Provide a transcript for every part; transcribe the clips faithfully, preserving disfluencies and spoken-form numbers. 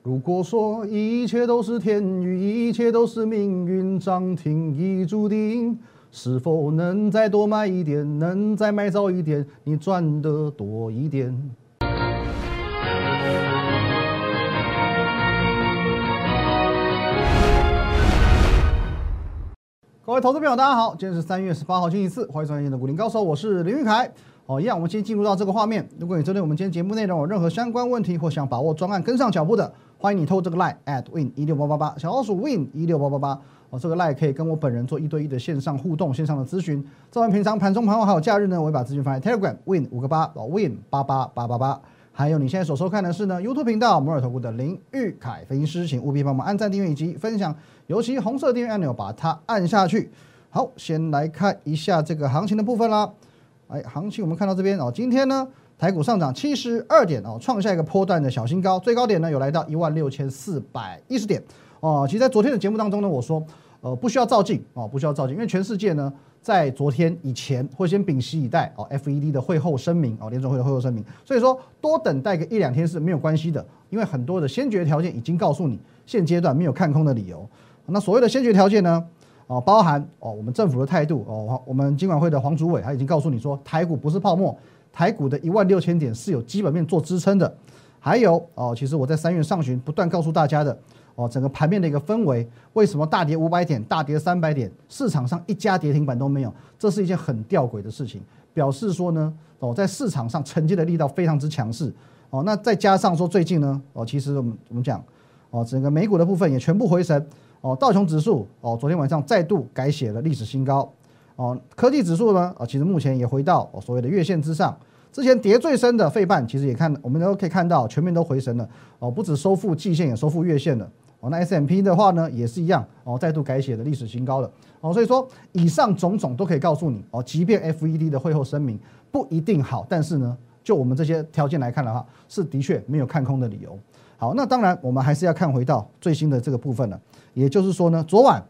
如果说一切都是天意，一切都是命运，涨停已注定，是否能再多买一点，能再买早一点，你赚得多一点。各位投资朋友，大家好，今天是三月十八号，星期四，欢迎收看今天的股林高手，我是林玉凯。哦，一样，我们先进入到这个画面。如果你针对我们今天节目内容有任何相关问题，或想把握专案跟上脚步的，欢迎你透过这个 line at win 一六八八八，小老鼠 win 一六八八八。哦，这个 line 可以跟我本人做一对一的线上互动、线上的咨询。在我们平常盘中、盘后还有假日呢，我会把资讯放在 Telegram win 五个八哦 win 八八八八八。还有你现在所收看的是呢 YouTube 频道摩尔投顾的林玉凯分析师，请务必帮忙按赞、订阅以及分享，尤其红色订阅按钮把它按下去。好，先来看一下这个行情的部分啦。哎，行情我们看到这边哦，今天呢台股上涨七十二点哦，创下一个波段的小新高，最高点呢有来到一万六千四百一十点哦。其实，在昨天的节目当中呢，我说呃不需要照进哦，不需要照进，因为全世界呢在昨天以前会先屏息以待哦 ，F E D 的会后声明哦，联准会的会后声明，所以说多等待个一两天是没有关系的，因为很多的先决条件已经告诉你，现阶段没有看空的理由。那所谓的先决条件呢？哦，包含哦，我们政府的态度哦，我们金管会的黄主委他已经告诉你说，台股不是泡沫，台股的一万六千点是有基本面做支撑的。还有哦，其实我在三月上旬不断告诉大家的哦，整个盘面的一个氛围，为什么大跌五百点、大跌三百点，市场上一家跌停板都没有，这是一件很吊诡的事情，表示说呢，哦，在市场上承接的力道非常之强势哦。那再加上说最近呢，哦，其实我们我们讲哦，整个美股的部分也全部回神。哦，道琼指数哦，昨天晚上再度改写了历史新高。哦，科技指数呢，哦，其实目前也回到哦所谓的月线之上。之前跌最深的费半，其实也看我们都可以看到，全面都回神了。哦，不止收复季线，也收复月线了。哦，那 S and P 的话呢，也是一样，哦，再度改写了历史新高了。哦，所以说以上种种都可以告诉你，哦，即便 F E D 的会后声明不一定好，但是呢，就我们这些条件来看的话，是的确没有看空的理由。好，那当然我们还是要看回到最新的这个部分了。也就是说呢，昨晚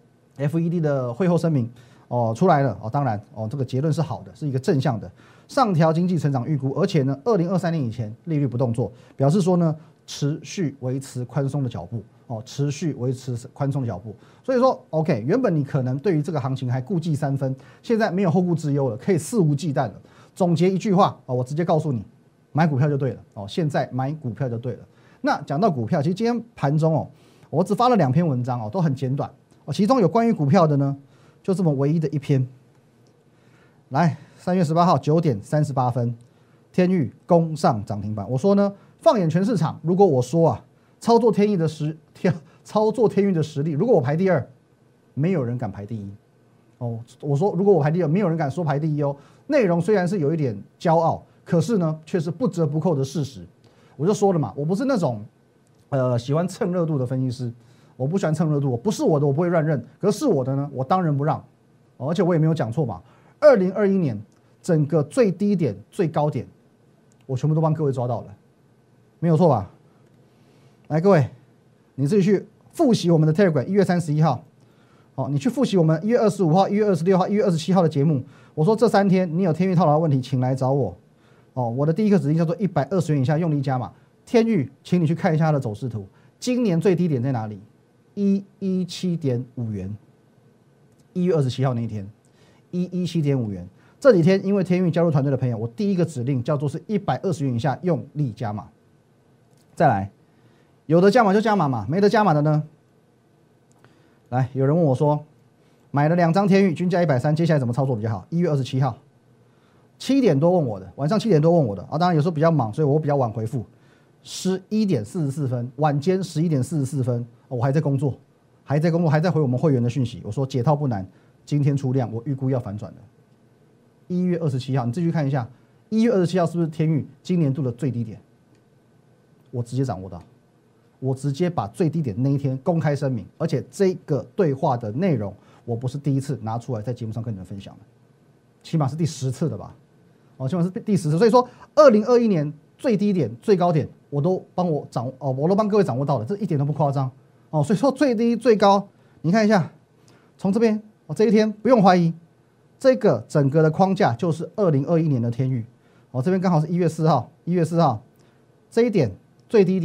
F E D 的会后声明哦出来了哦，当然哦这个结论是好的，是一个正向的，上调经济成长预估，而且呢，二零二三年以前利率不动作，表示说呢持续维持宽松的脚步哦，持续维持宽松的脚步。所以说 OK， 原本你可能对于这个行情还顾忌三分，现在没有后顾之忧了，可以肆无忌惮了。总结一句话哦，我直接告诉你，买股票就对了哦，现在买股票就对了。那讲到股票，其实今天盘中哦。我只发了两篇文章哦，都很简短哦。其中有关于股票的呢，就这么唯一的一篇。来，三月十八号九点三十八分，天钰攻上涨停板。我说呢，放眼全市场，如果我说啊，操作天钰的实天，操作天钰的实力，如果我排第二，没有人敢排第一。哦，我说如果我排第二，没有人敢说排第一哦。内容虽然是有一点骄傲，可是呢，却是不折不扣的事实。我就说了嘛，我不是那种。呃，喜欢蹭热度的分析师，我不喜欢蹭热度，我不是我的我不会乱认，可是我的呢，我当仁不让，哦，而且我也没有讲错嘛。二零二一年整个最低点、最高点，我全部都帮各位抓到了，没有错吧？来，各位，你自己去复习我们的 Telegram 一月三十一号，哦，你去复习我们一月二十五号、一月二十六号、一月二十七号的节目。我说这三天你有天钰套牢的问题，请来找我。哦，我的第一个指令叫做一百二十元以下用力加码。天钰，请你去看一下它的走势图。今年最低点在哪里？一一七点五元。一月二十七号那一天，一一七点五元。这几天因为天钰加入团队的朋友，我第一个指令叫做是一百二十元以下用力加码。再来，有的加码就加码嘛，没得加码的呢？来，有人问我说，买了两张天钰，均价一百三，接下来怎么操作比较好？一月二十七号，七点多问我的，晚上七点多问我的啊，当然有时候比较忙，所以我比较晚回复。十一点四十四分，晚间十一点四十四分，我还在工作，还在工作，还在回我们会员的讯息。我说解套不难，今天出量，我预估要反转的。一月二十七号，你自己去看一下，一月二十七号是不是天钰今年度的最低点？我直接掌握到，我直接把最低点那一天公开声明，而且这个对话的内容，我不是第一次拿出来在节目上跟你们分享的，起码是第十次的吧？哦，起码是第十次。所以说，二零二一年最低点、最高点。我都帮我掌哦，我都帮各位掌握到了，这一点都不夸张哦。所以说最低最高，你看一下，从这边哦，这一天不用怀疑，这个整个的框架就是二零二一年的天钰哦。这边刚好是一月四号，一月四号这一点最低点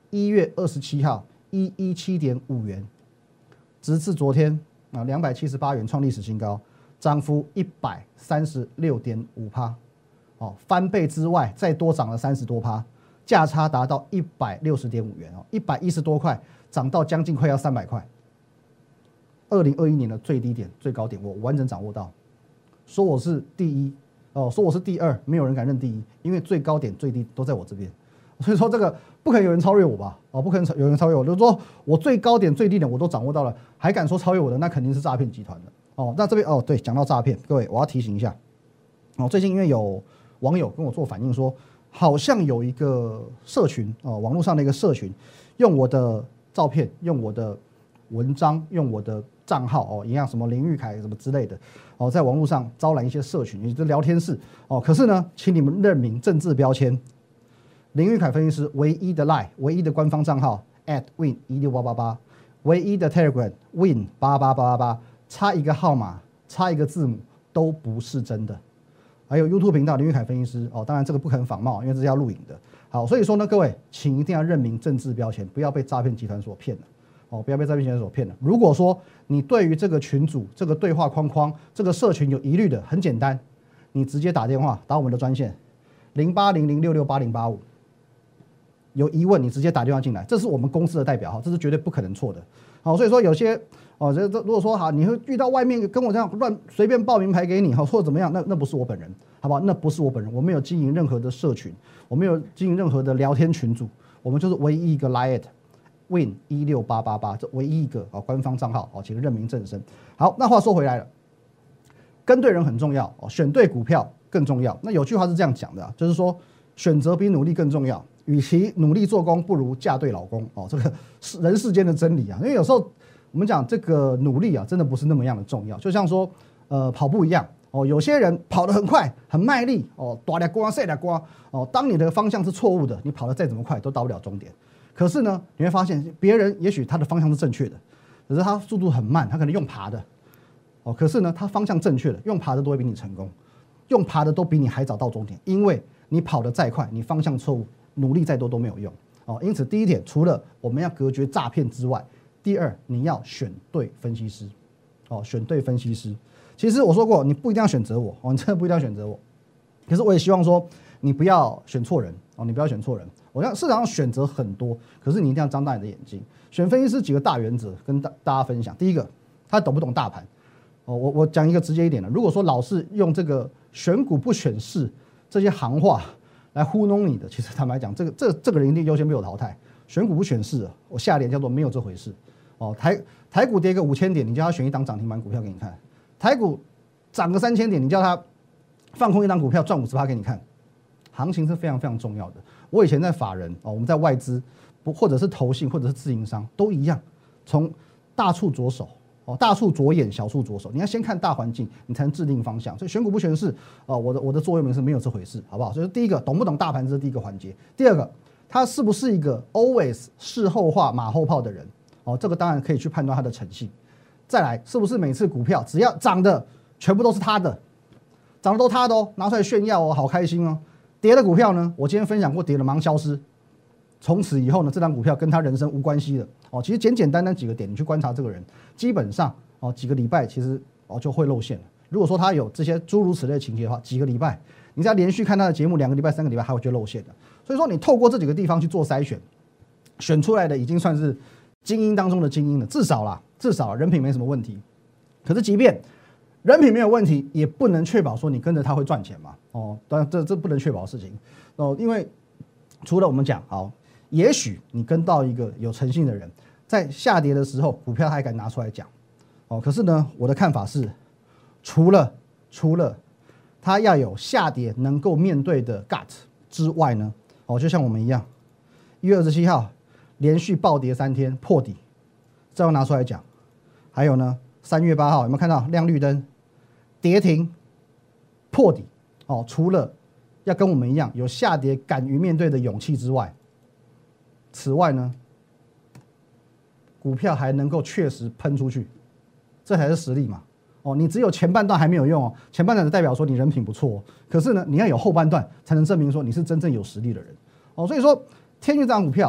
一月二十七号一一七点五元，直至昨天啊两百七十八元创历史新高，涨幅一百三十六点五趴，哦，翻倍之外再多涨了三十多趴，价差达到一百六十点五元哦，一百一十多块涨到将近快要三百块。二零二一年的最低点、最高点，我完整掌握到。说我是第一哦，说我是第二，没有人敢认第一，因为最高点、最低都在我这边。所以说这个不可能有人超越我吧？哦，不可能有人超越我。就是说我最高点、最低点我都掌握到了，还敢说超越我的，那肯定是诈骗集团的哦。那这边哦，对，讲到诈骗，各位我要提醒一下哦，最近因为有网友跟我做反映说，好像有一个社群哦，网络上的一个社群，用我的照片、用我的文章、用我的账号哦，一样什么林玉凯什么之类的哦，在网络上招揽一些社群，也就是聊天室哦。可是呢，请你们认明政治标签。林玉凯分析师唯一的 Line 唯一的官方账号 at win 一六八八八，唯一的 Telegram win 八八八八八，差一个号码，差一个字母都不是真的。还有 YouTube 频道林玉凯分析师哦，当然这个不可能仿冒，因为这是要录影的。好，所以说呢，各位请一定要认明政治标签，不要被诈骗集团所骗了。哦，不要被诈骗集团所骗了。如果说你对于这个群组、这个对话框框、这个社群有疑虑的，很简单，你直接打电话打我们的专线零八零零六六八零八五。有疑问你直接打电话进来，这是我们公司的代表哈，这是绝对不可能错的。好，所以说有些哦，这这如果说好，你会遇到外面跟我这样乱随便报名牌给你哈，或者怎么样，那那不是我本人，好不好？那不是我本人，我没有经营任何的社群，我没有经营任何的聊天群组，我们就是唯一一个 Line win 一六八八八，这唯一一个啊官方账号哦，请认明正身。好，那话说回来了，跟对人很重要哦，选对股票更重要。那有句话是这样讲的、啊，就是说选择比努力更重要。与其努力做工，不如嫁对老公哦，这个是人世间的真理啊。因为有时候我们讲这个努力啊，真的不是那么样的重要。就像说，呃，跑步一样哦，有些人跑得很快，很卖力哦，大俩瓜、细俩瓜哦。当你的方向是错误的，你跑得再怎么快，都到不了终点。可是呢，你会发现别人也许他的方向是正确的，可是他速度很慢，他可能用爬的哦。可是呢，他方向正确的，用爬的都会比你成功，用爬的都比你还早到终点，因为你跑得再快，你方向错误。努力再多都没有用哦，因此第一点，除了我们要隔绝诈骗之外，第二你要选对分析师哦，选对分析师。其实我说过，你不一定要选择我哦，你真的不一定要选择我。可是我也希望说，你不要选错人哦，你不要选错人。我想市场上选择很多，可是你一定要张大你的眼睛。选分析师几个大原则跟大大家分享。第一个，他懂不懂大盘哦？我我讲一个直接一点的，如果说老是用这个选股不选市这些行话来糊弄你的，其实坦白讲，这个这这个人一定优先被我淘汰。选股不选市，我下联叫做没有这回事。哦，台台股跌个五千点，你叫他选一档涨停板股票给你看；台股涨个三千点，你叫他放空一档股票赚五十趴给你看。行情是非常非常重要的。我以前在法人哦，我们在外资不或者是投信或者是自营商都一样，从大处着手。哦，大处着眼，小处着手。你要先看大环境，你才能制定方向。所以选股不选市，哦，我的我的座右铭是没有这回事，好不好？所以第一个，懂不懂大盘这是第一个环节。第二个，他是不是一个 always 事后话马后炮的人？哦，这个当然可以去判断他的诚信。再来，是不是每次股票只要涨的全部都是他的，涨的都他的哦，拿出来炫耀哦，好开心哦。跌的股票呢，我今天分享过，跌了马上消失。从此以后呢，这张股票跟他人生无关系的哦。其实简简单单几个点，你去观察这个人，基本上哦几个礼拜其实哦就会露馅了。如果说他有这些诸如此类的情节的话，几个礼拜，你只要连续看他的节目两个礼拜、三个礼拜，他会就露馅的。所以说，你透过这几个地方去做筛选，选出来的已经算是精英当中的精英了，至少啦，至少人品没什么问题。可是即便人品没有问题，也不能确保说你跟着他会赚钱嘛。哦，当然这这不能确保的事情哦，因为除了我们讲好。也许你跟到一个有诚信的人，在下跌的时候，股票他还敢拿出来讲，哦，可是呢，我的看法是，除了除了他要有下跌能够面对的 gut 之外呢，哦，就像我们一样，一月二十七号连续暴跌三天破底，这要拿出来讲。还有呢，三月八号有没有看到亮绿灯，跌停破底？哦，除了要跟我们一样有下跌敢于面对的勇气之外，此外呢，股票还能够确实喷出去，这才是实力嘛。哦，你只有前半段还没有用哦，前半段代表说你人品不错、哦，可是呢，你要有后半段才能证明说你是真正有实力的人。哦，所以说天运这张股票，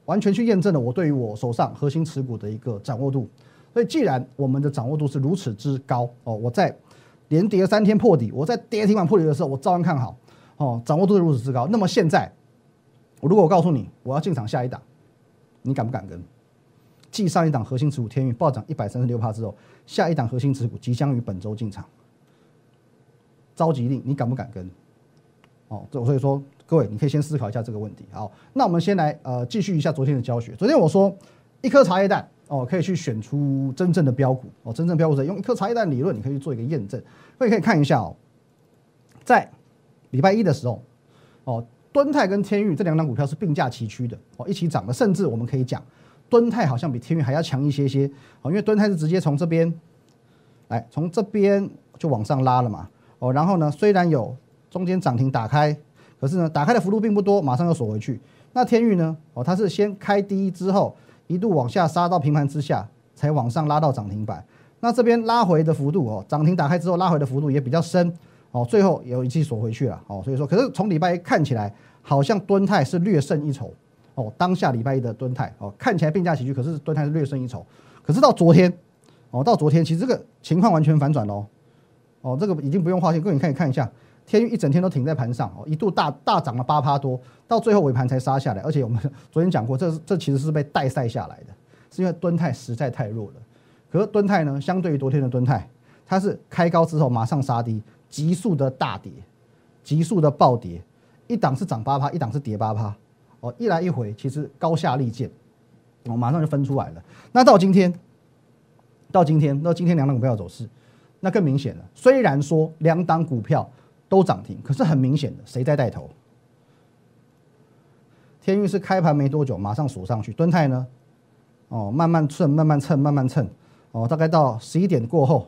完全去验证了我对于我手上核心持股的一个掌握度。所以既然我们的掌握度是如此之高哦，我在连跌三天破底，我在跌停板破底的时候，我照样看好哦，掌握度是如此之高。那么现在，我如果我告诉你我要进场下一档，你敢不敢跟？继上一档核心持股天宇暴涨一百三十六%之后，下一档核心持股即将于本周进场，召集令，你敢不敢跟？哦，所以说各位，你可以先思考一下这个问题。好，那我们先来呃继续一下昨天的教学。昨天我说一颗茶叶蛋哦，可以去选出真正的标股哦，真正标股者用一颗茶叶蛋理论，你可以去做一个验证。所以可以看一下哦，在礼拜一的时候哦，敦泰跟天钰这两档股票是并驾齐驱的哦，一起涨的，甚至我们可以讲。敦泰好像比天钰还要强一些些，哦，因为敦泰是直接从这边，来从这边就往上拉了嘛，哦，然后呢，虽然有中间涨停打开，可是呢，打开的幅度并不多，马上又锁回去。那天钰呢，哦，它是先开低之后，一度往下杀到平盘之下，才往上拉到涨停板。那这边拉回的幅度哦，涨停打开之后拉回的幅度也比较深，哦，最后有一记锁回去了，哦，所以说，可是从礼拜一看起来，好像敦泰是略胜一筹。哦，当下礼拜一的敦泰哦，看起来并驾齐驱，可是敦泰是略胜一筹。可是到昨天，哦，到昨天其实这个情况完全反转喽。哦，这个已经不用划线，各位你可以看一下，天钰一整天都停在盘上，哦，一度大大涨了八趴多，到最后尾盘才杀下来。而且我们昨天讲过，这这其实是被带赛下来的，是因为敦泰实在太弱了。可是敦泰呢，相对于昨天的敦泰，它是开高之后马上杀低，急速的大跌，急速的暴跌，一档是涨八趴，一档是跌八趴。哦，一来一回，其实高下立见，哦，马上就分出来了。那到今天，到今天，到今天两档股票的走势，那更明显了。虽然说两档股票都涨停，可是很明显的，谁在带头？天钰是开盘没多久，马上锁上去。敦泰呢，哦，慢慢蹭，慢慢蹭，慢慢蹭，哦，大概到十一点过后。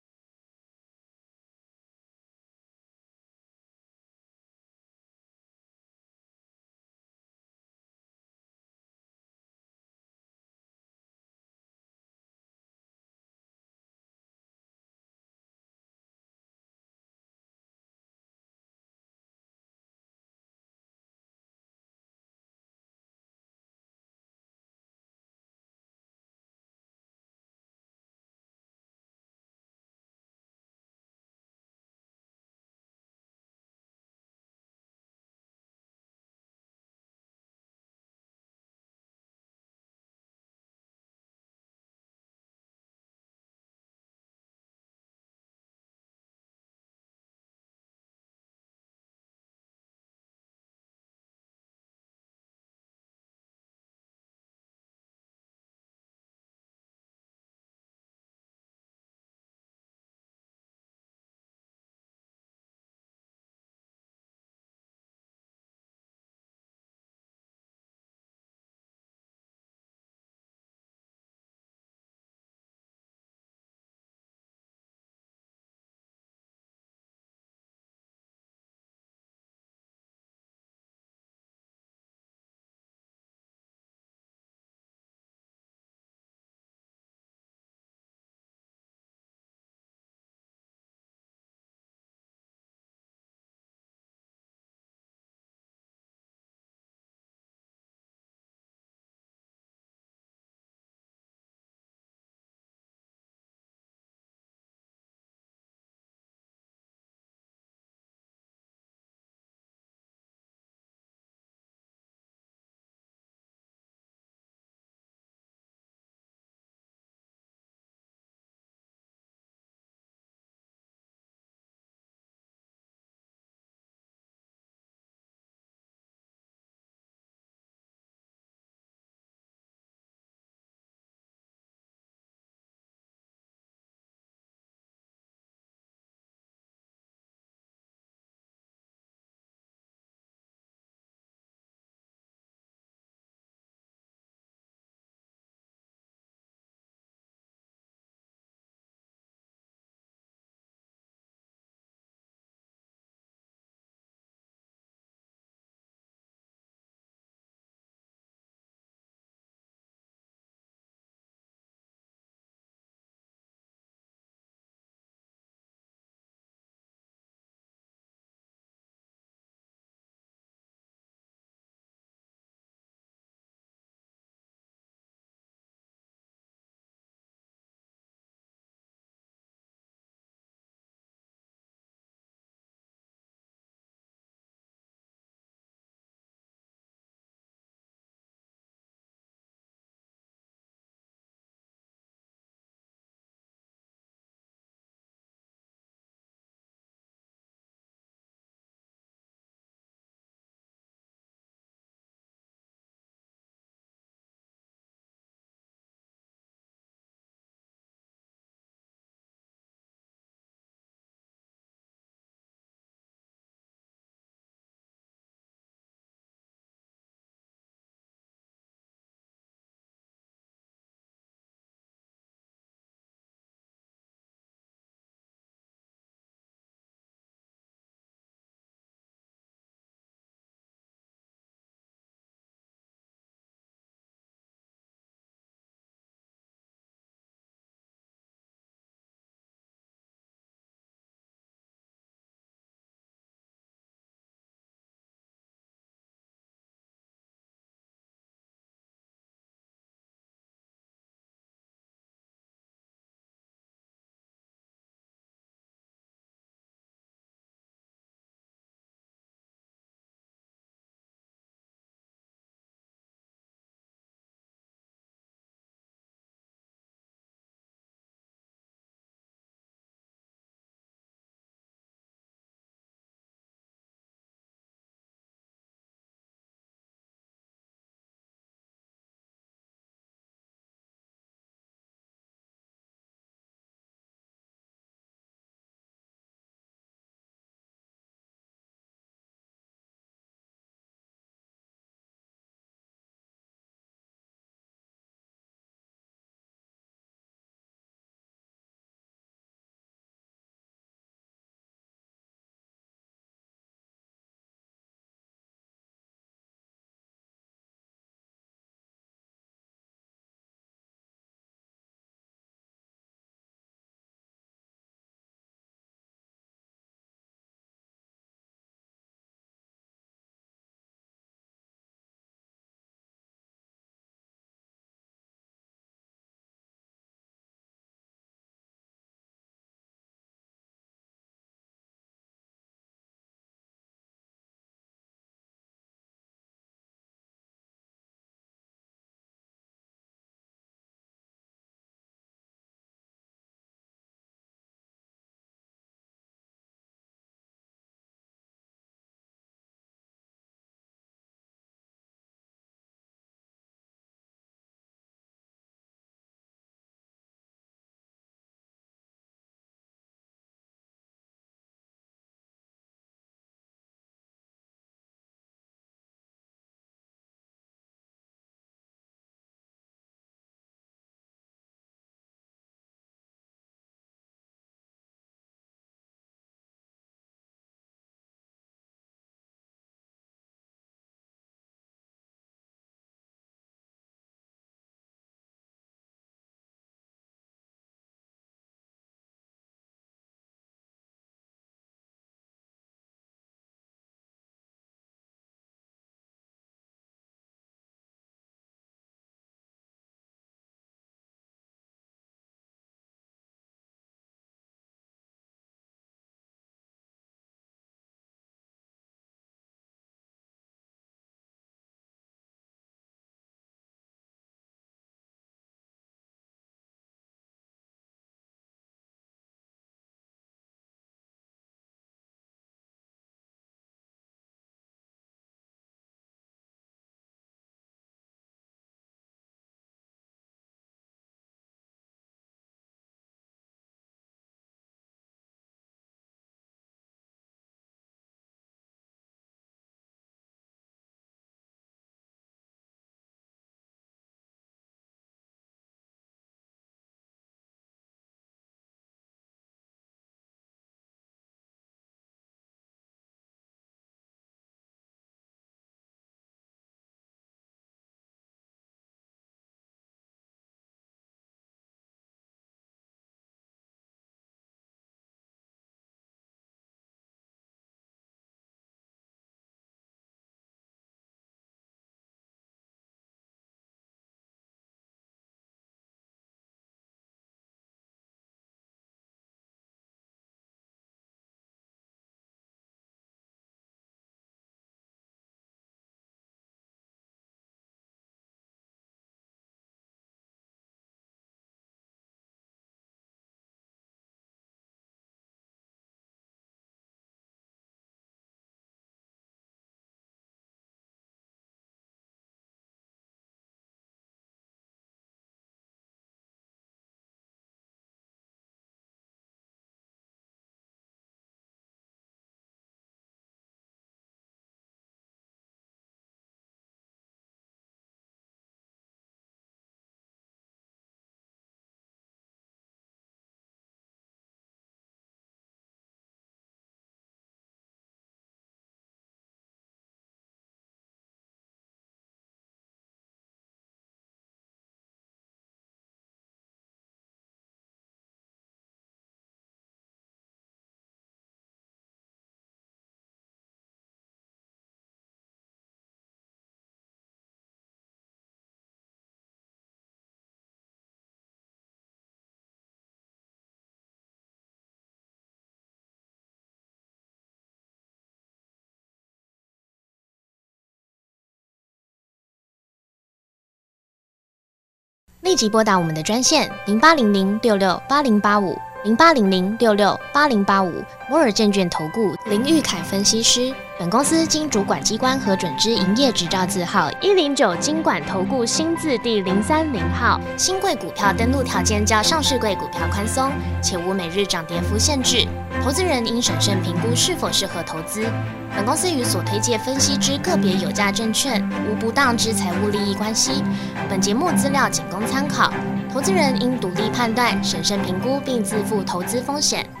立即拨打我们的专线零八零零六六八零八五零八零零六六八零八五摩尔证券投顾林玉凯分析师。本公司经主管机关核准之营业执照字号一零九金管投顾新字第零三零号。新贵股票登录条件较上市贵股票宽松，且无每日涨跌幅限制。投资人应审慎评估是否适合投资。本公司与所推介分析之个别有价证券无不当之财务利益关系。本节目资料仅供参考，投资人应独立判断、审慎评估并自负投资风险。